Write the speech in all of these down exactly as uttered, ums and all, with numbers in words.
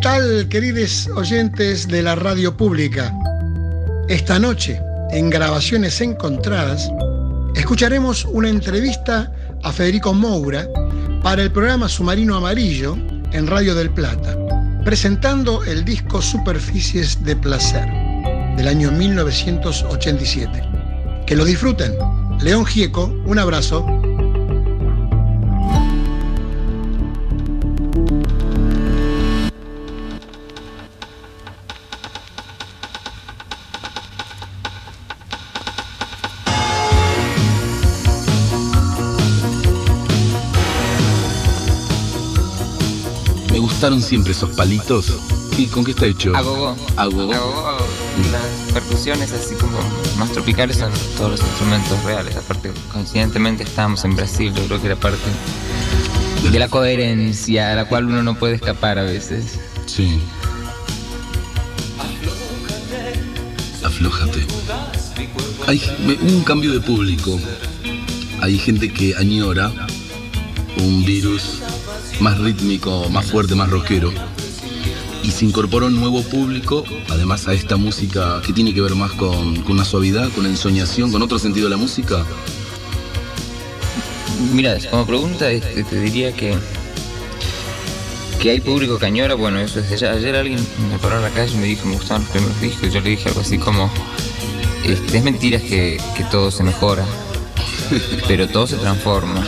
tal, queridos oyentes de la radio pública? Esta noche, en Grabaciones Encontradas, escucharemos una entrevista a Federico Moura para el programa Submarino Amarillo en Radio del Plata, presentando el disco Superficies de Placer, del año mil novecientos ochenta y siete. Que lo disfruten. León Gieco, un abrazo. Me gustaron siempre esos palitos. ¿Y con qué está hecho? Agogó. Agogó. Agogó. Las percusiones así como más tropicales son todos los instrumentos reales. Aparte, coincidentemente estábamos en Brasil, yo creo que era parte de la coherencia a la cual uno no puede escapar a veces. Sí. Aflójate. Hay un cambio de público. Hay gente que añora un virus más rítmico, más fuerte, más rockero. Y se incorporó un nuevo público, además a esta música que tiene que ver más con, con una suavidad, con ensoñación, con otro sentido de la música. Mira, como pregunta este, te diría que que hay público que añora, bueno, eso es ya. Ayer alguien me paró en la calle y me dijo me gustaban los primeros discos, y yo le dije algo así como este, es mentira que, que todo se mejora, pero todo se transforma.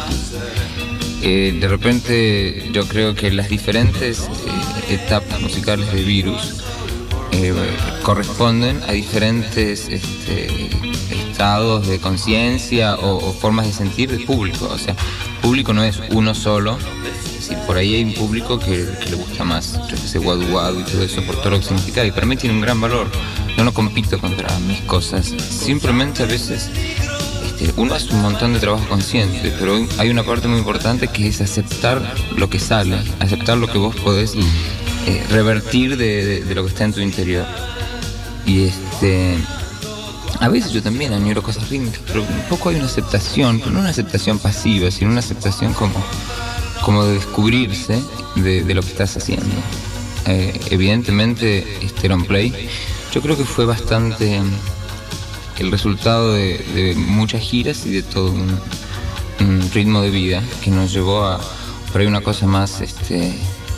Eh, de repente yo creo que las diferentes eh, etapas musicales de Virus eh, corresponden a diferentes este, estados de conciencia o, o formas de sentir del público. O sea, público no es uno solo. Es decir, por ahí hay un público que, que le gusta más, yo que sé, Guadu Guadu y todo eso por todo lo que significa, y para mí tiene un gran valor. Yo no compito contra mis cosas, simplemente a veces uno hace un montón de trabajo consciente, pero hay una parte muy importante que es aceptar lo que sale, aceptar lo que vos podés eh, revertir de, de, de lo que está en tu interior. Y este a veces yo también añoro cosas rítmicas, pero un poco hay una aceptación, pero no una aceptación pasiva, sino una aceptación como, como de descubrirse de, de lo que estás haciendo. Eh, evidentemente, este long play, yo creo que fue bastante el resultado de, de muchas giras y de todo un, un ritmo de vida que nos llevó a por ahí una cosa más este,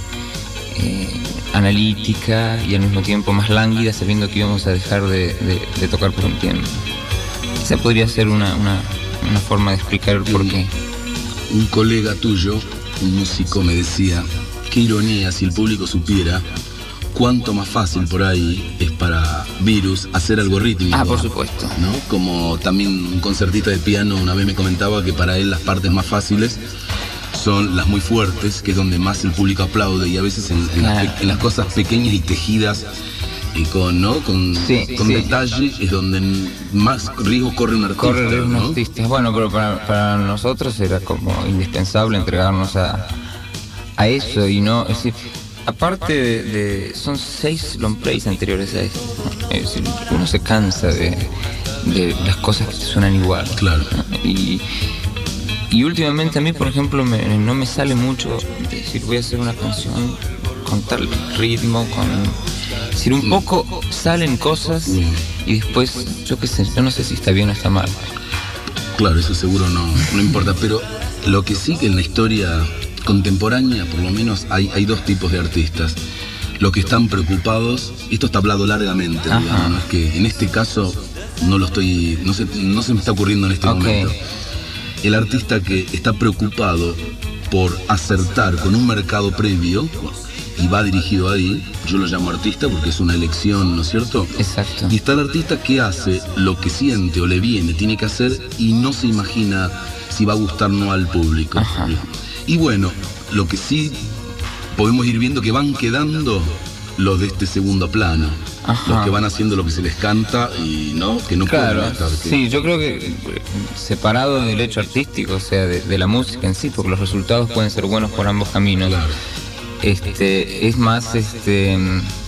eh, analítica y al mismo tiempo más lánguida, sabiendo que íbamos a dejar de, de, de tocar por un tiempo. Esa podría ser una, una, una forma de explicar el porqué. Un colega tuyo, un músico, me decía, qué ironía si el público supiera cuánto más fácil por ahí es para Virus hacer algo rítmico. Ah, por supuesto. ¿No? Como también un concertista de piano una vez me comentaba que para él las partes más fáciles son las muy fuertes, que es donde más el público aplaude, y a veces en, en, claro. las, en las cosas pequeñas y tejidas y con, ¿no? con, sí, con sí. detalle es donde más riesgo corre un artista. Corre riesgo un ¿no? artista. Bueno, pero para, para nosotros era como indispensable entregarnos a, a eso y no... Es decir, aparte de, de... son seis long plays anteriores a esto, ¿no? Es decir, uno se cansa de, de las cosas que suenan igual. Claro. ¿No? Y, y últimamente a mí, por ejemplo, me, no me sale mucho decir voy a hacer una canción con tal ritmo, con... Es decir, un poco salen cosas y después, yo qué sé, yo no sé si está bien o está mal. Claro, eso seguro no, no importa, pero lo que sí que en la historia contemporánea, por lo menos, hay, hay dos tipos de artistas. Los que están preocupados, esto está hablado largamente, digamos, ¿no? Es que en este caso no lo estoy, no se, no se me está ocurriendo en este okay. momento. El artista que está preocupado por acertar con un mercado previo y va dirigido ahí, yo lo llamo artista porque es una elección, ¿no es cierto? Exacto. Y está el artista que hace lo que siente o le viene, tiene que hacer y no se imagina si va a gustar o no al público. Ajá. Y bueno, lo que sí podemos ir viendo que van quedando los de este segundo plano. Ajá. Los que van haciendo lo que se les canta y no, que no claro, pueden estar. Que... Sí, yo creo que separado del hecho artístico, o sea, de, de la música en sí, porque los resultados pueden ser buenos por ambos caminos. Claro. Este, es más este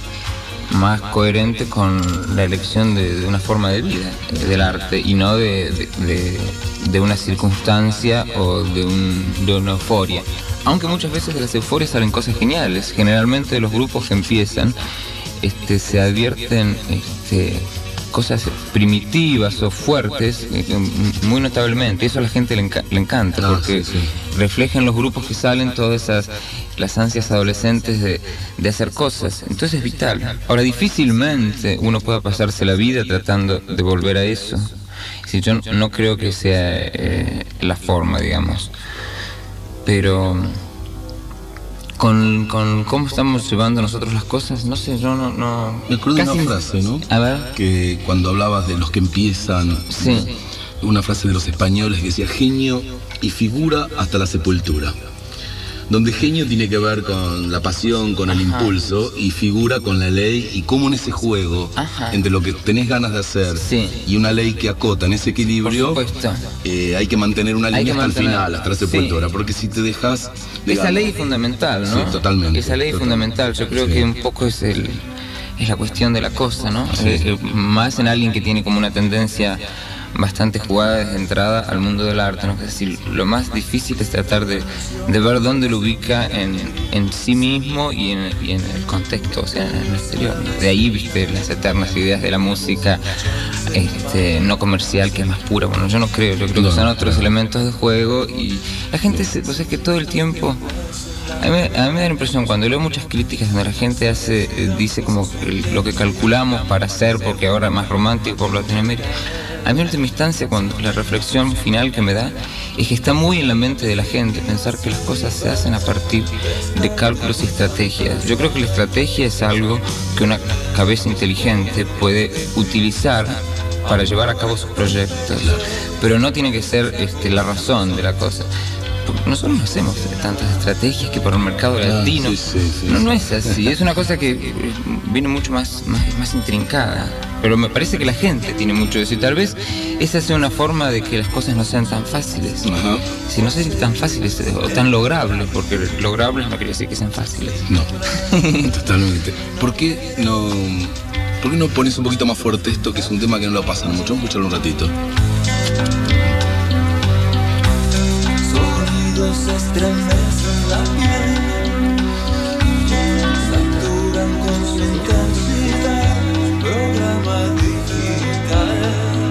más coherente con la elección de, de una forma de vida del arte y no de, de, de, de una circunstancia o de, un, de una euforia. aunque muchas veces de las euforias salen cosas geniales. Generalmente de los grupos que empiezan este, se advierten este, cosas primitivas o fuertes eh, muy notablemente. Eso a la gente le, enca le encanta, ah, porque sí, sí. refleja en los grupos que salen todas esas las ansias adolescentes de, de hacer cosas. Entonces es vital. Ahora, difícilmente uno pueda pasarse la vida tratando de volver a eso. Si yo no creo que sea eh, la forma, digamos. Pero con, con cómo estamos llevando nosotros las cosas, no sé, yo no... no Me acuerdo de una frase, ¿no? A ver. Que cuando hablabas de los que empiezan, sí. Una frase de los españoles que decía genio y figura hasta la sepultura. Donde genio tiene que ver con la pasión, con el Ajá. impulso, y figura con la ley, y cómo en ese juego, Ajá. entre lo que tenés ganas de hacer sí. y una ley que acota en ese equilibrio, eh, hay que mantener una línea hasta el final, hasta la sepultura, sí. porque si te dejas... Esa ley es fundamental, ¿no? Sí, totalmente. Esa ley es fundamental, yo creo sí. que un poco es el... es la cuestión de la cosa, ¿no? Sí. Eh, más en alguien que tiene como una tendencia bastante jugada desde entrada al mundo del arte, ¿no? Es decir, lo más difícil es tratar de, de ver dónde lo ubica en, en sí mismo y en, y en el contexto, o sea, en el exterior, ¿no? De ahí, viste, las eternas ideas de la música este, no comercial, que es más pura. Bueno, yo no creo, yo creo que son otros elementos de juego, y la gente, se, o sea, es que todo el tiempo... A mí, a mí me da la impresión, cuando leo muchas críticas donde la gente hace, eh, dice como lo que calculamos para hacer, porque ahora es más romántico por Latinoamérica. A mí en última instancia, cuando la reflexión final que me da es que está muy en la mente de la gente pensar que las cosas se hacen a partir de cálculos y estrategias. Yo creo que la estrategia es algo que una cabeza inteligente puede utilizar para llevar a cabo sus proyectos, pero no tiene que ser este, la razón de la cosa. Nosotros no hacemos tantas estrategias que por el mercado latino. Sí, sí, sí, no, no es así. Es una cosa que viene mucho más, más, más intrincada. Pero me parece que la gente tiene mucho de eso. Y tal vez esa sea una forma de que las cosas no sean tan fáciles. Ajá. Si no sé si tan fáciles o tan logrables, porque logrables no quiere decir que sean fáciles. No, totalmente. ¿Por qué no, por qué no pones un poquito más fuerte esto, que es un tema que no lo pasan mucho? Vamos a escucharlo un ratito. Se estremecen la piel, saturan con su intensidad, programa digital.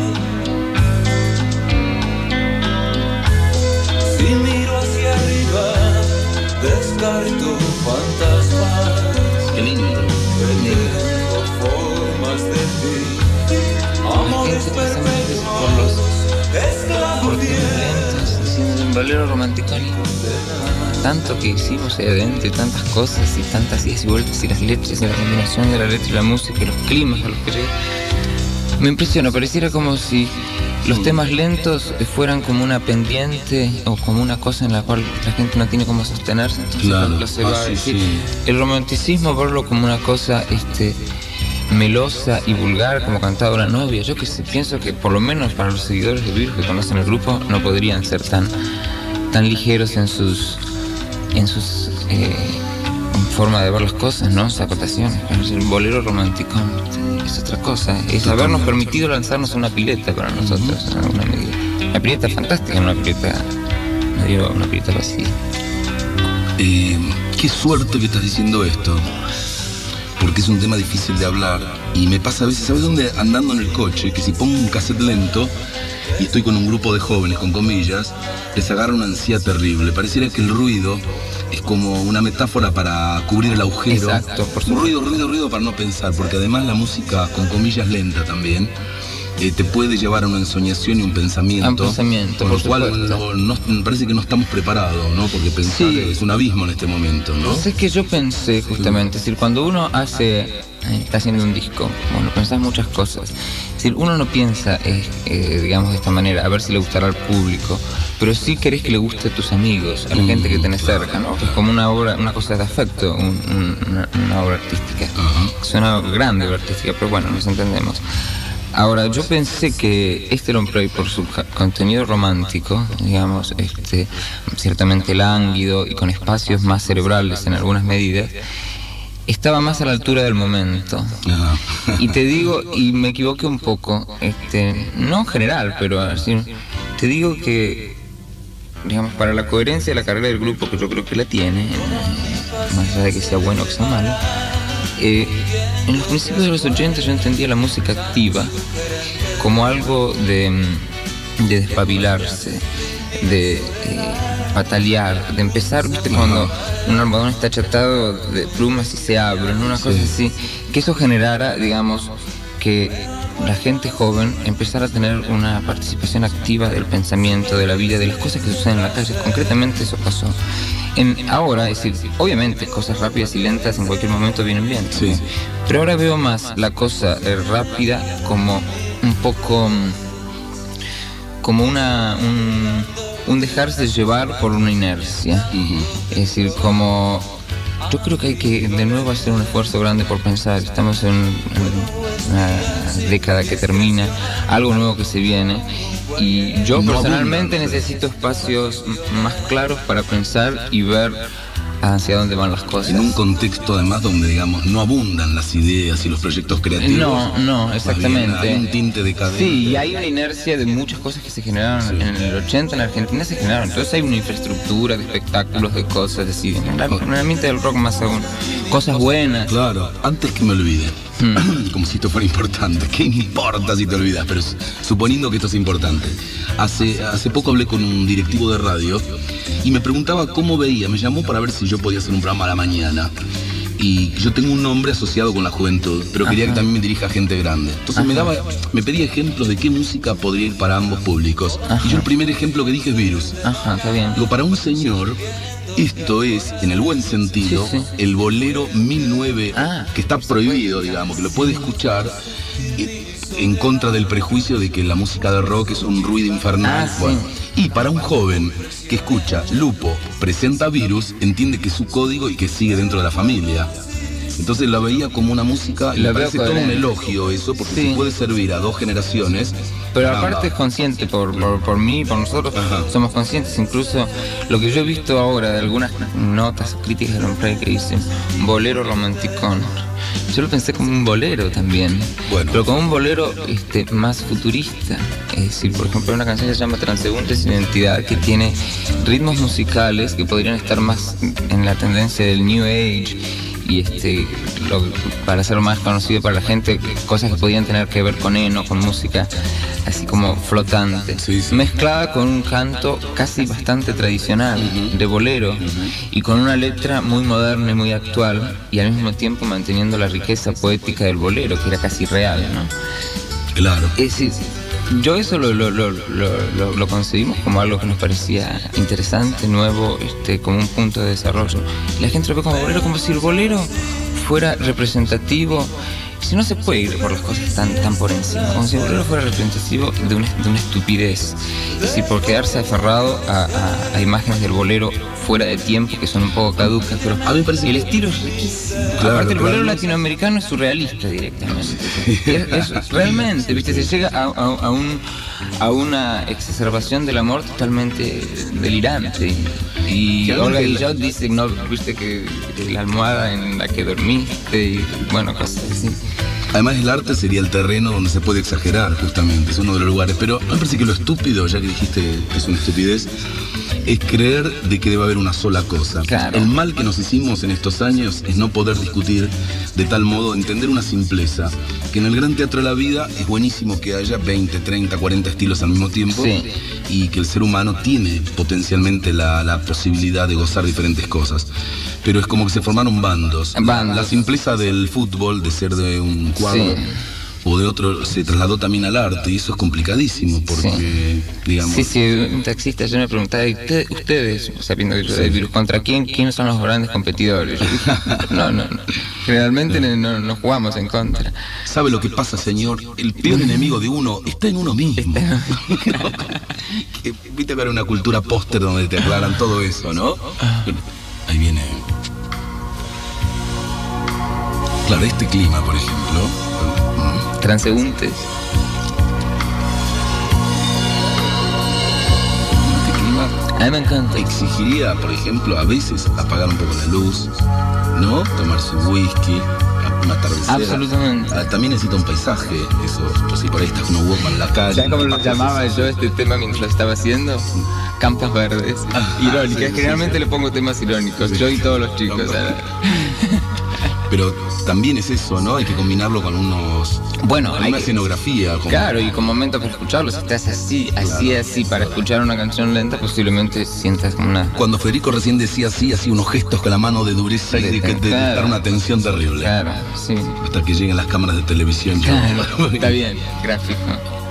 Si miro hacia arriba, descarto fantasmas. Qué lindo. Que tengo formas de ti, amores perfectos, esclavos violentos. Un bolero romántico, tanto que hicimos ahí adentro, y tantas cosas y tantas idas y vueltas, y las letras, y la combinación de la letra y la música, y los climas a los que llega. Me impresiona, pareciera como si los temas lentos fueran como una pendiente o como una cosa en la cual la gente no tiene cómo sostenerse, entonces claro. lo se va ah, a sí, decir. Sí. El romanticismo, verlo como una cosa este, melosa y vulgar, como cantaba una novia, yo que sé, pienso que por lo menos para los seguidores de Virus que conocen el grupo no podrían ser tan, tan ligeros en sus en sus eh, en forma de ver las cosas, ¿no? Sus acotaciones. El bolero romántico es otra cosa, es habernos permitido lanzarnos una pileta para nosotros, en alguna medida. Una pileta fantástica, una pileta, no digo una pileta vacía. Eh, qué suerte que estás diciendo esto, porque es un tema difícil de hablar, y me pasa a veces, ¿sabes dónde? Andando en el coche, que si pongo un cassette lento y estoy con un grupo de jóvenes, con comillas, les agarra una ansiedad terrible. Pareciera que el ruido es como una metáfora para cubrir el agujero. Exacto, por supuesto. Ruido, ruido, ruido para no pensar, porque además la música, con comillas, lenta también, eh, te puede llevar a una ensoñación y un pensamiento. A un pensamiento, con lo por cual no, no, me parece que no estamos preparados, ¿no? Porque pensar sí. es un abismo en este momento, ¿no? Pues es que yo pensé justamente, es decir, cuando uno hace, está haciendo un disco, bueno, pensás muchas cosas. Es decir, uno no piensa, eh, eh, digamos, de esta manera, a ver si le gustará al público, pero sí querés que le guste a tus amigos, a la mm, gente que tenés cerca, ¿no? Que es como una obra, una cosa de afecto, un, un, una, una obra artística. Uh-huh. Suena grande obra artística, pero bueno, nos entendemos. Ahora, yo pensé que este long play, por su contenido romántico, digamos, este, ciertamente lánguido y con espacios más cerebrales en algunas medidas, estaba más a la altura del momento. Y te digo, y me equivoqué un poco, este, no en general, pero así, te digo que digamos, para la coherencia de la carrera del grupo, que yo creo que la tiene, eh, más allá de que sea bueno o que sea malo, eh, en los principios de los ochenta yo entendía la música activa como algo de, de despabilarse, de eh, patalear, de empezar, viste, cuando un almohadón está achatado de plumas y se abre, ¿no? Una cosa así, que eso generara, digamos, que la gente joven empezara a tener una participación activa del pensamiento, de la vida, de las cosas que suceden en la calle. Concretamente eso pasó. En, ahora, es decir, obviamente cosas rápidas y lentas en cualquier momento vienen bien, sí. Pero ahora veo más la cosa eh, rápida como un poco como una un, un dejarse llevar por una inercia. Uh-huh. Es decir, como yo creo que hay que de nuevo hacer un esfuerzo grande por pensar. Estamos en, en una década que termina, algo nuevo que se viene, y yo no personalmente abundan, necesito espacios más claros para pensar y ver hacia dónde van las cosas. En un contexto además donde, digamos, no abundan las ideas y los proyectos creativos. No, no, exactamente. Hay un tinte decadente. Sí, y hay una inercia de muchas cosas que se generaron sí. en el ochenta, en Argentina se generaron. Entonces hay una infraestructura de espectáculos, de cosas, así, en, la, en el ambiente del rock más aún. Cosas buenas. Claro, antes que me olvide, hmm. como si esto fuera importante. ¿Qué importa si te olvidas? Pero suponiendo que esto es importante. Hace, hace poco hablé con un directivo de radio y me preguntaba cómo veía. Me llamó para ver si yo podía hacer un programa a la mañana. Y yo tengo un nombre asociado con la juventud, pero quería Ajá. que también me dirija a gente grande. Entonces me daba, me pedía ejemplos de qué música podría ir para ambos públicos. Ajá. Y yo el primer ejemplo que dije es Virus. Ajá, está bien. Digo, para un señor, esto es, en el buen sentido, sí, sí. el bolero mil nueve, ah, que está prohibido, digamos, que lo puede escuchar en contra del prejuicio de que la música de rock es un ruido infernal. Ah, bueno. Sí. Y para un joven que escucha Lupo presenta Virus, entiende que es su código y que sigue dentro de la familia. Entonces la veía como una música y me parece todo un elogio eso, porque sí. se puede servir a dos generaciones. Pero aparte es consciente, por, por, por mí, por nosotros, Ajá. somos conscientes. Incluso lo que yo he visto ahora de algunas notas críticas de Lomprey que dicen bolero romanticón. Yo lo pensé como un bolero también, bueno. pero como un bolero este, más futurista. Es decir, por ejemplo, hay una canción que se llama Transeúntes sin identidad, que tiene ritmos musicales que podrían estar más en la tendencia del New Age, y este, lo, para ser más conocido para la gente, cosas que podían tener que ver con Eno, con música así como flotante, sí, sí. mezclada con un canto casi bastante tradicional, uh-huh. de bolero, uh-huh. y con una letra muy moderna y muy actual, y al mismo tiempo manteniendo la riqueza poética del bolero, que era casi real, ¿no? Claro. Es decir, yo eso lo, lo, lo, lo, lo concebimos como algo que nos parecía interesante, nuevo, este, como un punto de desarrollo. Y la gente lo ve como bolero, como si el bolero fuera representativo. Si no se puede ir por las cosas tan, tan por encima, como si el bolero fuera representativo de una, de una estupidez. Es decir, por quedarse aferrado a, a, a imágenes del bolero fuera de tiempo, que son un poco caducas, pero a mí me parece el que... estilo es riquísimo. Claro, Aparte el bolero claro. latinoamericano es surrealista directamente. Es, es, realmente, viste, se llega a, a, a, un, a una exacerbación del amor totalmente delirante. Y Olga Guillot dice, no, viste que la almohada en la que dormiste, y bueno, cosas así. Además el arte sería el terreno donde se puede exagerar, justamente, es uno de los lugares. Pero me parece que lo estúpido, ya que dijiste que es una estupidez, es creer de que debe haber una sola cosa. Claro. El mal que nos hicimos en estos años es no poder discutir de tal modo, entender una simpleza, que en el gran teatro de la vida es buenísimo que haya veinte, treinta, cuarenta estilos al mismo tiempo, sí. y que el ser humano tiene potencialmente la, la posibilidad de gozar diferentes cosas. Pero es como que se formaron bandos. bandos. La simpleza del fútbol, de ser de un cuadro, sí. o de otro, se trasladó también al arte, y eso es complicadísimo, porque, sí. digamos... Sí, sí, un taxista yo me preguntaba, ¿ustedes, ustedes sabiendo que yo sí. de Virus, contra quién, quiénes son los grandes competidores? Yo dije, no, no, no, generalmente no, no, no jugamos en contra. ¿Sabe lo que pasa, señor? El peor enemigo de uno está en uno mismo. que, viste que era una cultura póster donde te aclaran todo eso, ¿no? Ahí viene... Claro, este clima, por ejemplo... Transeúntes. Este clima a mí me encanta. Exigiría, por ejemplo, a veces apagar un poco la luz, ¿no? Tomarse un whisky, un atardecer. Absolutamente. Ah, también necesita un paisaje, eso. Pues si por ahí estás con un Walkman en la calle. ¿Sabes cómo lo llamaba yo este tema mientras lo estaba haciendo? Campos verdes. Ah, Irónicas. sí, Generalmente sí, sí. le pongo temas irónicos, Sí. yo y todos los chicos. No, ¿sabes? Pero también es eso, ¿no? Hay que combinarlo con unos. Bueno, con hay una que- escenografía. Como... Claro, y con momentos para escucharlo. Si estás así, así, así, para escuchar una canción lenta, posiblemente sientas como una... Cuando Federico recién decía así, hacía unos gestos con la mano de dureza y de, de, de Claro. dar una tensión terrible. Claro, sí. Hasta que lleguen las cámaras de televisión. Claro, está bien, gráfico.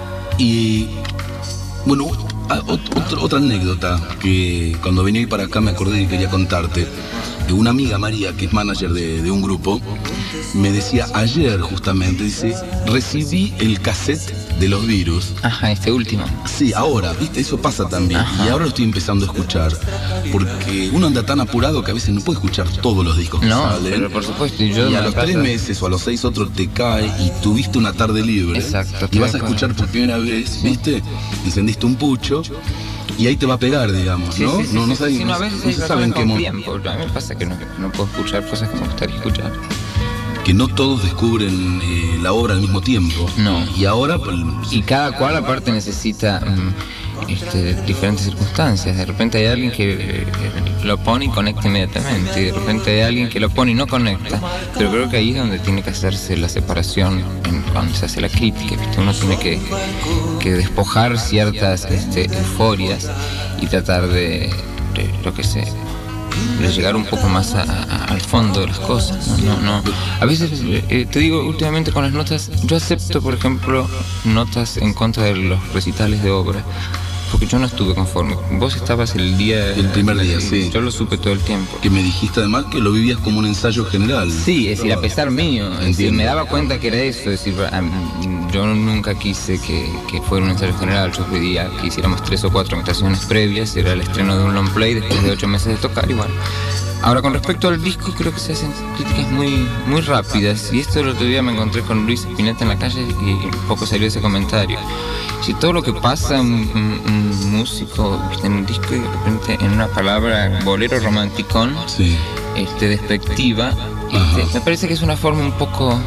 Y bueno, ah, ot- otro- otra anécdota que cuando venía para acá me acordé y quería contarte. Que una amiga, María, que es manager de, de un grupo, me decía ayer justamente, dice, recibí el cassette de los Virus. Ajá, este último. Sí, ahora, viste, eso pasa también. Ajá. Y ahora lo estoy empezando a escuchar. Porque uno anda tan apurado que a veces no puede escuchar todos los discos que No, salen. pero por supuesto, y yo Y me a la los paso- tres meses o a los seis otro te cae y tuviste una tarde libre. Exacto, Y estoy vas de a acuerdo. escuchar por primera vez, ¿viste? Encendiste un pucho y ahí te va a pegar, digamos, Sí, ¿no? sí, sí, no, sí, no sí, sabes- sí, no, a veces no hay se sabe en razones qué con mo- tiempo. A mí me pasa que no, no puedo escuchar cosas que me gustaría escuchar. que no todos descubren eh, la obra al mismo tiempo. No. Y ahora, pues, Y cada cual aparte necesita mm, este, diferentes circunstancias. De repente hay alguien que eh, lo pone y conecta inmediatamente. Y de repente hay alguien que lo pone y no conecta. Pero creo que ahí es donde tiene que hacerse la separación en, cuando se hace la crítica. ¿Viste? Uno tiene que, que despojar ciertas este, euforias y tratar de, de lo que sé, de llegar un poco más a- a- al fondo de las cosas. No, no, no. A veces, eh, te digo, últimamente con las notas, yo acepto, por ejemplo, notas en contra de los recitales de obra, porque yo no estuve conforme. Vos estabas el día... El primer día, sí. Yo lo supe todo el tiempo. que me dijiste además que lo vivías como un ensayo general. Sí, es decir, a pesar mío, es decir, Entiendo. me daba cuenta que era eso, es decir, am- yo nunca quise que, que fuera un ensayo general, yo pedía que hiciéramos tres o cuatro invitaciones previas, era el estreno de un long play después de ocho meses de tocar, igual. Ahora, con respecto al disco, creo que se hacen críticas muy, muy rápidas, y esto el otro día me encontré con Luis Spinetta en la calle y un poco salió ese comentario. Si todo lo que pasa un, un- un músico ¿viste? En un disco y de repente en una palabra bolero romanticón, Sí. este, despectiva, Ajá. este, me parece que es una forma un poco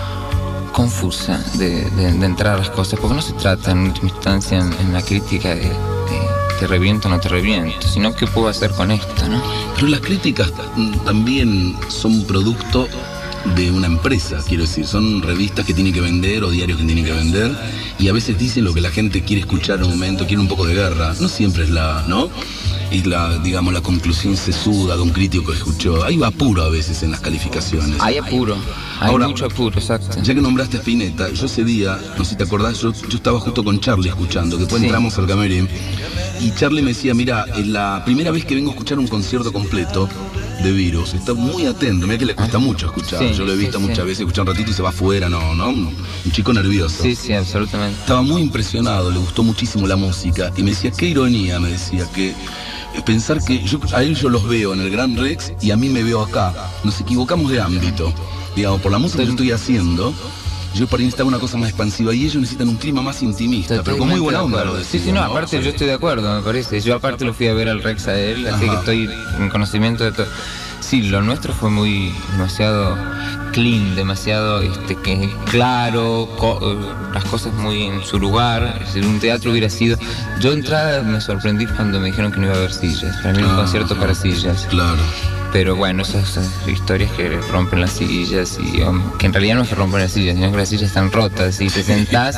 confusa de, de- de entrar a las cosas, porque no se trata en última instancia en, en la crítica de, de te reviento o no te reviento, sino qué puedo hacer con esto, ¿no? Pero las críticas mm, también son producto de una empresa, quiero decir, son revistas que tienen que vender o diarios que tienen que vender y a veces dicen lo que la gente quiere escuchar en un momento, quiere un poco de guerra, no siempre es la, ¿no? Es la, digamos, la conclusión sesuda de un crítico que escuchó. Hay apuro a veces en las calificaciones. Hay apuro, hay Ahora, mucho apuro, exacto. Ya que nombraste a Spinetta, yo ese día, no sé si te acordás, yo, yo estaba justo con Charlie escuchando, que después Sí. entramos al camerín, y Charlie me decía, mira, es la primera vez que vengo a escuchar un concierto completo de Virus, está muy atento, mira que le cuesta mucho escuchar, Sí, yo lo he visto sí, muchas sí. veces, escucha un ratito y se va afuera, no, no, un chico nervioso. Sí, sí, absolutamente. Estaba muy impresionado, le gustó muchísimo la música, y me decía, qué ironía, me decía, que pensar que yo, a ellos yo los veo en el Gran Rex y a mí me veo acá, nos equivocamos de ámbito, digamos, por la música que yo estoy haciendo. Yo para ahí necesitaba una cosa más expansiva y ellos necesitan un clima más intimista, pero con muy buena onda lo Sí, decía, sí, no, aparte yo estoy de acuerdo, me parece. Yo aparte lo fui a ver al Rex a él, así Ajá. que estoy en conocimiento de todo. Sí, lo nuestro fue muy demasiado clean, demasiado este, que claro, co- eh, las cosas muy en su lugar. Es decir, un teatro hubiera sido. Yo de entrada me sorprendí cuando me dijeron que no iba a haber sillas. Para mí era un Ah, concierto ajá. para sillas. Claro. Pero bueno, esas, esas historias que rompen las sillas y um, que en realidad no es que rompen las sillas, sino que las sillas están rotas y te sentás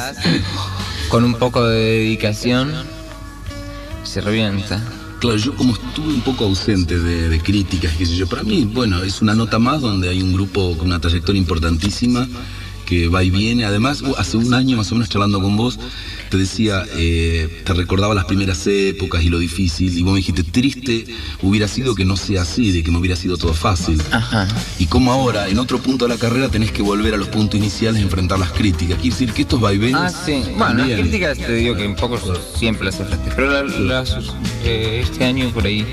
con un poco de dedicación, se revienta. Claro, yo como estuve un poco ausente de, de críticas, qué sé yo, para mí, bueno, es una nota más donde hay un grupo con una trayectoria importantísima que va y viene. Además, uh, hace un año más o menos charlando con vos, te decía, eh, te recordaba las primeras épocas y lo difícil, y vos me dijiste, triste hubiera sido que no sea así, de que me hubiera sido todo fácil. Ajá. Y como ahora, en otro punto de la carrera, tenés que volver a los puntos iniciales, enfrentar las críticas. Quiere decir que estos vaivenes... Ah, sí. Bueno, las también- críticas te digo que un poco siempre las afectan, pero la- las, eh, este año por ahí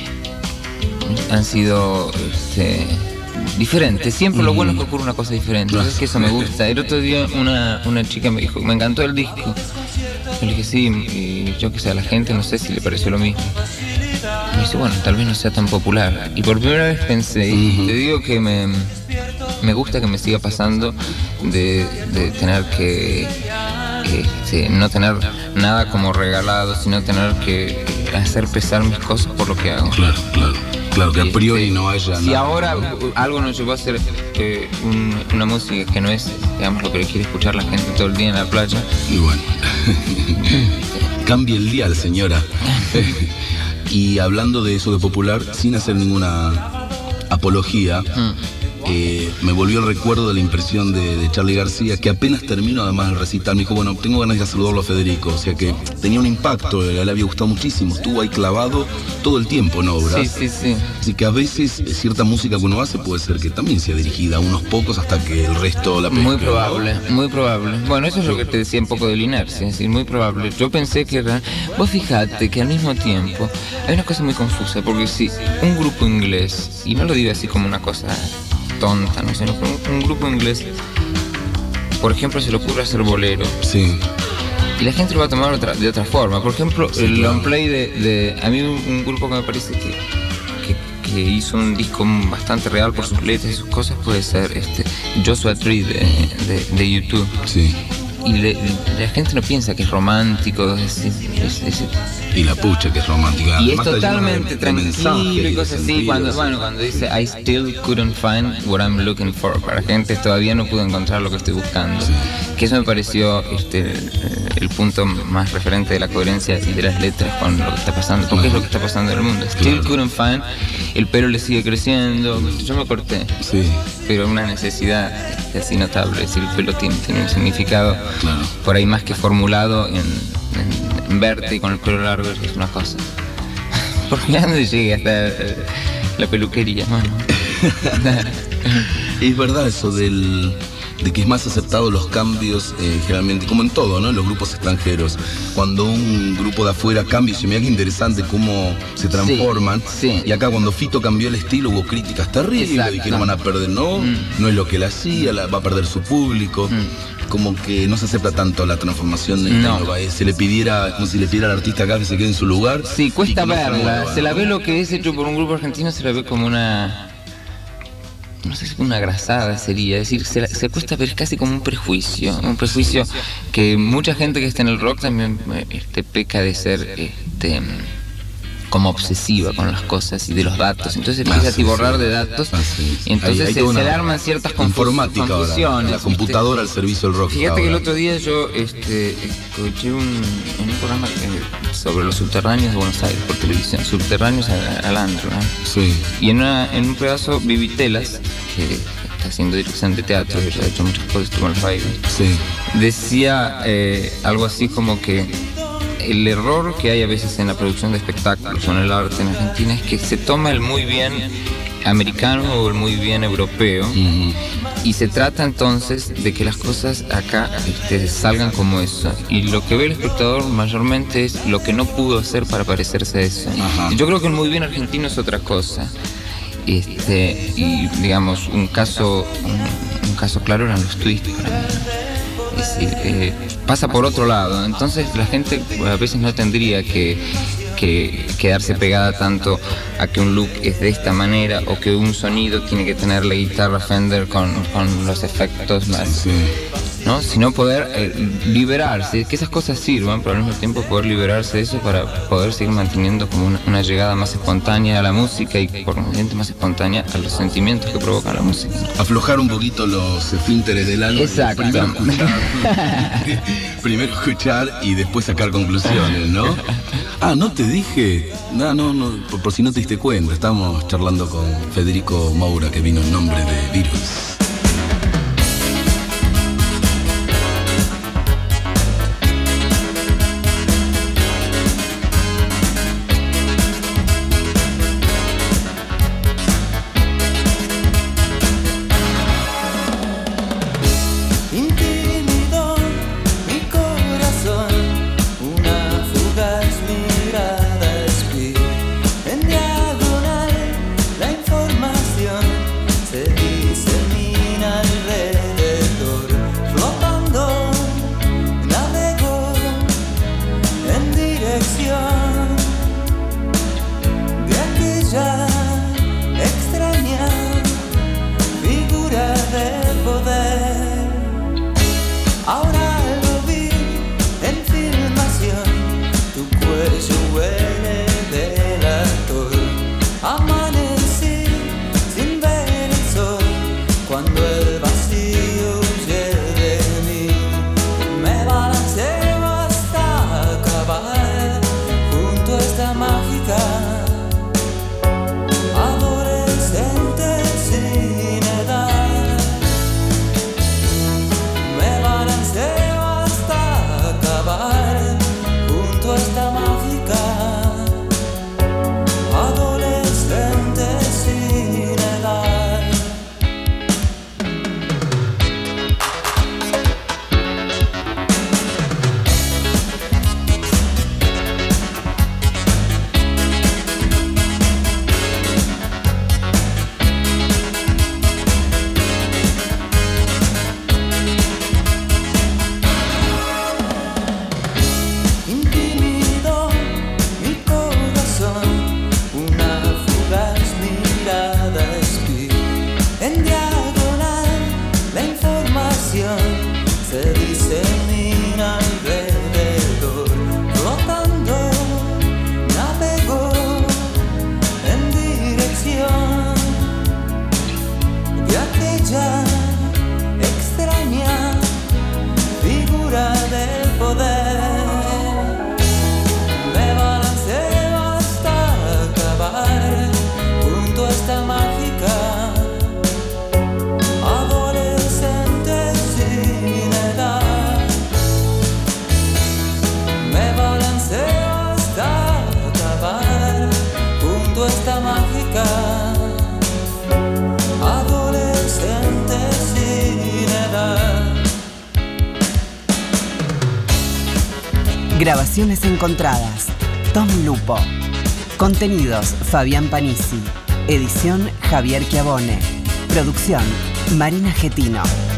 han sido este, diferentes. Siempre lo bueno es que ocurre una cosa diferente. Es que eso me gusta. El otro día una, una chica me dijo, me encantó el disco. Yo le dije, sí, y yo que sé, a la gente no sé si le pareció lo mismo. Me dice, bueno, tal vez no sea tan popular. Y por primera vez pensé, y Ujú. te digo que me, me gusta que me siga pasando de, de tener que este, no tener nada como regalado, sino tener que hacer pesar mis cosas por lo que hago. Claro, claro. Claro, que a priori este, no haya si nada. ahora algo nos llevó a hacer eh, un, una música que no es, digamos, lo que quiere escuchar la gente todo el día en la playa. Y bueno, cambie el dial, señora. Y hablando de eso de popular, sin hacer ninguna apología, mm. eh, me volvió el recuerdo de la impresión de, de Charly García, que apenas terminó además el recital, me dijo, bueno, tengo ganas de ir a saludarlo a Federico, o sea que tenía un impacto, le había gustado muchísimo, estuvo ahí clavado todo el tiempo en obras. Sí, sí, sí. Así que a veces cierta música que uno hace puede ser que también sea dirigida a unos pocos hasta que el resto la pesque. Muy probable, ¿no? Muy probable. Bueno, eso es lo que te decía un poco de Linares, es decir, muy probable. Yo pensé que era... Vos fijate que al mismo tiempo hay una cosa muy confusa, porque si un grupo inglés, y no lo digo así como una cosa tonta, no sé, no, un, un grupo inglés, por ejemplo, se le ocurre hacer bolero. Sí. Y la gente lo va a tomar otra, de otra forma. Por ejemplo, sí, el claro. long play de, de... A mí un, un grupo que me parece que, que, que hizo un disco bastante real por sus letras y sus cosas puede ser este Joshua Tree de, de, de YouTube. Sí. Y le, la gente no piensa que es romántico, es, es, es, es, y la pucha que es romántica. Y es totalmente tranquilo y cosas así. Cuando, bueno, cuando dice I still couldn't find what I'm looking for, para gente todavía no pude encontrar lo que estoy buscando. Sí. Que eso me pareció este, el punto más referente de la coherencia y de las letras con lo que está pasando, porque es lo que está pasando en el mundo. Still claro. couldn't find, el pelo le sigue creciendo, yo me corté, sí. pero una necesidad así notable, es decir, el pelo tiene, tiene un significado claro. por ahí más que formulado en, en, en verte y con el pelo largo, es una cosa. Porque ya no llegué hasta la peluquería, mano. Es verdad eso del... de que es más aceptado los cambios, eh, generalmente, como en todo, ¿no? En los grupos extranjeros. Cuando un grupo de afuera cambia, y se me da que interesante cómo se transforman. Sí, sí. Y acá cuando Fito cambió el estilo hubo críticas terribles, exacto. Y que no van a perder, no, mm. no es lo que él hacía, la, va a perder su público. Mm. Como que no se acepta tanto la transformación de no. Nueva, se le pidiera, como si le pidiera al artista acá que se quede en su lugar. Sí, cuesta verla. Se, mueva, se la ve, ¿no? Lo que es hecho por un grupo argentino, se la ve como una... no sé si una grasada sería, es decir, se, se cuesta ver casi como un prejuicio, un prejuicio que mucha gente que está en el rock también este, peca de ser este, como obsesiva con las cosas y de los datos, entonces empieza a tiborrar de datos, y entonces ahí, ahí se, se le arman ciertas confusiones. Ahora, la computadora este, al servicio del rock. Fíjate ahora. Que el otro día yo este, escuché un, en un programa que, sobre los subterráneos de Buenos Aires por televisión, subterráneos al, al antro, ¿no? Sí. Y en, una, en un pedazo Vivi Telas, que está haciendo dirección de teatro, que ha hecho muchas cosas, estuvo en el baile, sí. Decía eh, algo así como que el error que hay a veces en la producción de espectáculos o en el arte en Argentina es que se toma el muy bien americano o el muy bien europeo, uh-huh. Y se trata entonces de que las cosas acá este, salgan como eso, y lo que ve el espectador mayormente es lo que no pudo hacer para parecerse a eso. Uh-huh. Yo creo que el muy bien argentino es otra cosa. Este, y digamos, un caso un, un caso claro eran los twists. Es decir, eh, pasa por otro lado. Entonces la gente a veces no tendría que, que quedarse pegada tanto a que un look es de esta manera o que un sonido tiene que tener la guitarra Fender con, con los efectos más, sí, sí. ¿No? Sino poder eh, liberarse, que esas cosas sirvan, pero al mismo tiempo poder liberarse de eso para poder seguir manteniendo como una, una llegada más espontánea a la música y por consiguiente más espontánea a los sentimientos que provoca la música. Aflojar un poquito los esfínteres del alma. Exacto. Primero escuchar, primero escuchar y después sacar conclusiones, ¿no? Ah, no te dije, no, no, no, por, por si no te diste cuenta, estamos charlando con Federico Moura, que vino en nombre de Virus. Se dice mi Grabaciones encontradas. Tom Lupo. Contenidos: Fabián Panisi. Edición: Javier Chiavone. Producción: Marina Getino.